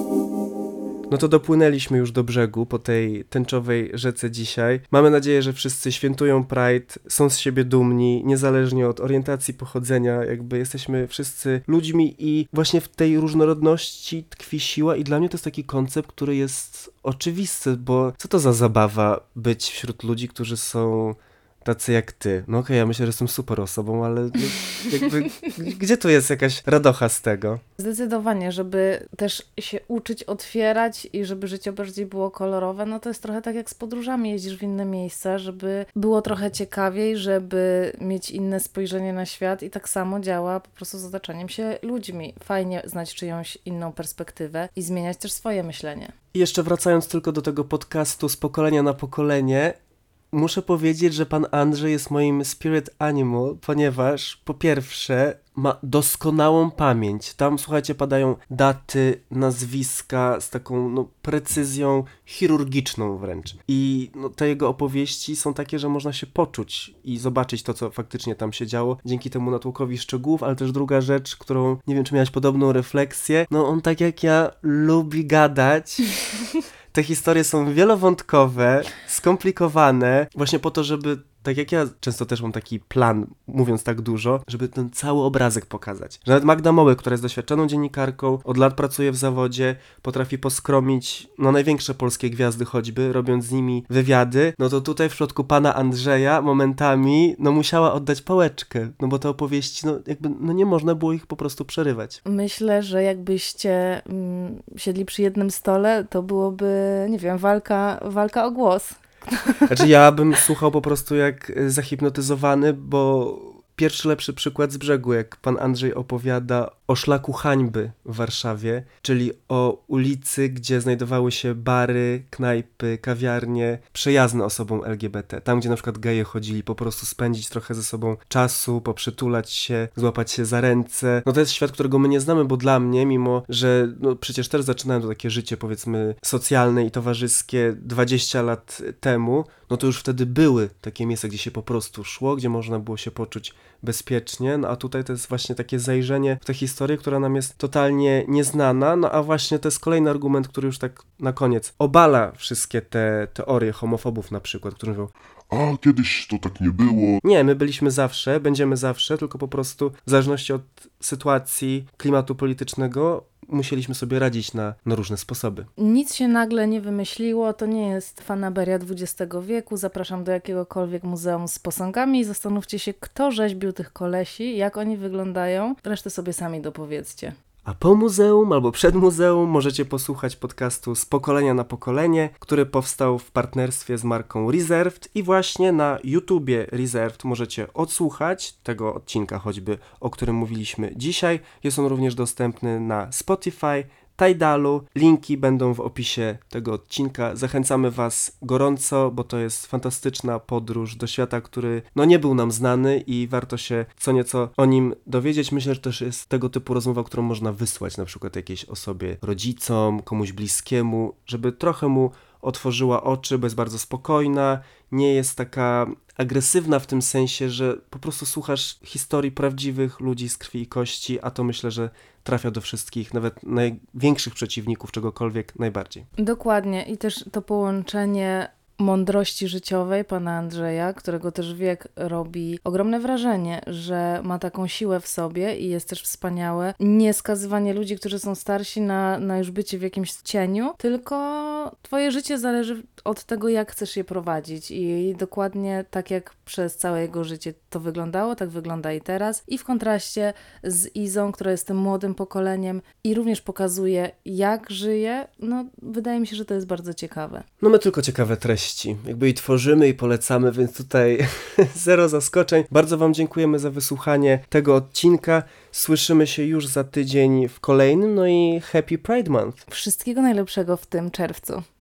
No to dopłynęliśmy już do brzegu po tej tęczowej rzece dzisiaj. Mamy nadzieję, że wszyscy świętują Pride, są z siebie dumni, niezależnie od orientacji, pochodzenia, jakby jesteśmy wszyscy ludźmi i właśnie w tej różnorodności tkwi siła i dla mnie to jest taki koncept, który jest oczywisty, bo co to za zabawa być wśród ludzi, którzy są tacy jak ty. No okej, okay, ja myślę, że jestem super osobą, ale no, jakby gdzie tu jest jakaś radocha z tego? Zdecydowanie, żeby też się uczyć otwierać i żeby życie bardziej było kolorowe, no to jest trochę tak jak z podróżami, jeździsz w inne miejsca, żeby było trochę ciekawiej, żeby mieć inne spojrzenie na świat i tak samo działa po prostu z otaczeniem się ludźmi. Fajnie znać czyjąś inną perspektywę i zmieniać też swoje myślenie. I jeszcze wracając tylko do tego podcastu z pokolenia na pokolenie, muszę powiedzieć, że pan Andrzej jest moim spirit animal, ponieważ po pierwsze ma doskonałą pamięć. Tam, słuchajcie, padają daty, nazwiska z taką no, precyzją chirurgiczną wręcz. I no, te jego opowieści są takie, że można się poczuć i zobaczyć to, co faktycznie tam się działo, dzięki temu natłokowi szczegółów, ale też druga rzecz, którą, nie wiem, czy miałaś podobną refleksję, no on tak jak ja lubi gadać. Te historie są wielowątkowe, skomplikowane, właśnie po to, żeby, tak jak ja często też mam taki plan, mówiąc tak dużo, żeby ten cały obrazek pokazać. Że nawet Magda Mołek, która jest doświadczoną dziennikarką, od lat pracuje w zawodzie, potrafi poskromić no największe polskie gwiazdy choćby, robiąc z nimi wywiady, no to tutaj w przypadku pana Andrzeja momentami no musiała oddać pałeczkę, no bo te opowieści, no jakby no nie można było ich po prostu przerywać. Myślę, że jakbyście mm, siedli przy jednym stole, to byłoby, nie wiem, walka, walka o głos. Znaczy ja bym słuchał po prostu jak zahipnotyzowany, bo pierwszy lepszy przykład z brzegu, jak pan Andrzej opowiada o szlaku hańby w Warszawie, czyli o ulicy, gdzie znajdowały się bary, knajpy, kawiarnie, przyjazne osobom L G B T. Tam, gdzie na przykład geje chodzili po prostu spędzić trochę ze sobą czasu, poprzytulać się, złapać się za ręce. No to jest świat, którego my nie znamy, bo dla mnie, mimo że no przecież też zaczynałem to takie życie, powiedzmy, socjalne i towarzyskie dwadzieścia lat temu, no to już wtedy były takie miejsca, gdzie się po prostu szło, gdzie można było się poczuć bezpiecznie, no a tutaj to jest właśnie takie zajrzenie w tę historię, która nam jest totalnie nieznana, no a właśnie to jest kolejny argument, który już tak na koniec obala wszystkie te teorie homofobów na przykład, którzy mówią, A kiedyś to tak nie było. nie, my byliśmy zawsze, będziemy zawsze, tylko po prostu w zależności od sytuacji, klimatu politycznego musieliśmy sobie radzić na, na różne sposoby. Nic się nagle nie wymyśliło, to nie jest fanaberia dwudziestego wieku. Zapraszam do jakiegokolwiek muzeum z posągami i zastanówcie się, kto rzeźbił tych kolesi, jak oni wyglądają. Resztę sobie sami dopowiedzcie. A po muzeum albo przed muzeum możecie posłuchać podcastu Z pokolenia na pokolenie, który powstał w partnerstwie z marką Reserved i właśnie na YouTubie Reserved możecie odsłuchać tego odcinka choćby, o którym mówiliśmy dzisiaj. Jest on również dostępny na Spotify, Tidalu. Linki będą w opisie tego odcinka. Zachęcamy Was gorąco, bo to jest fantastyczna podróż do świata, który no nie był nam znany i warto się co nieco o nim dowiedzieć. Myślę, że też jest tego typu rozmowa, którą można wysłać na przykład jakiejś osobie, rodzicom, komuś bliskiemu, żeby trochę mu otworzyła oczy, bo jest bardzo spokojna, nie jest taka agresywna w tym sensie, że po prostu słuchasz historii prawdziwych ludzi z krwi i kości, a to myślę, że trafia do wszystkich, nawet największych przeciwników czegokolwiek najbardziej. Dokładnie i też to połączenie mądrości życiowej pana Andrzeja, którego też wiek robi ogromne wrażenie, że ma taką siłę w sobie i jest też wspaniałe. Nie skazywanie ludzi, którzy są starsi na, na już bycie w jakimś cieniu, tylko twoje życie zależy od tego, jak chcesz je prowadzić i dokładnie tak jak przez całe jego życie to wyglądało, tak wygląda i teraz. I w kontraście z Izą, która jest tym młodym pokoleniem i również pokazuje, jak żyje, no wydaje mi się, że to jest bardzo ciekawe. No my tylko ciekawe treści. Jakby i tworzymy i polecamy, więc tutaj zero zaskoczeń. Bardzo Wam dziękujemy za wysłuchanie tego odcinka. Słyszymy się już za tydzień w kolejnym, no i Happy Pride Month. Wszystkiego najlepszego w tym czerwcu.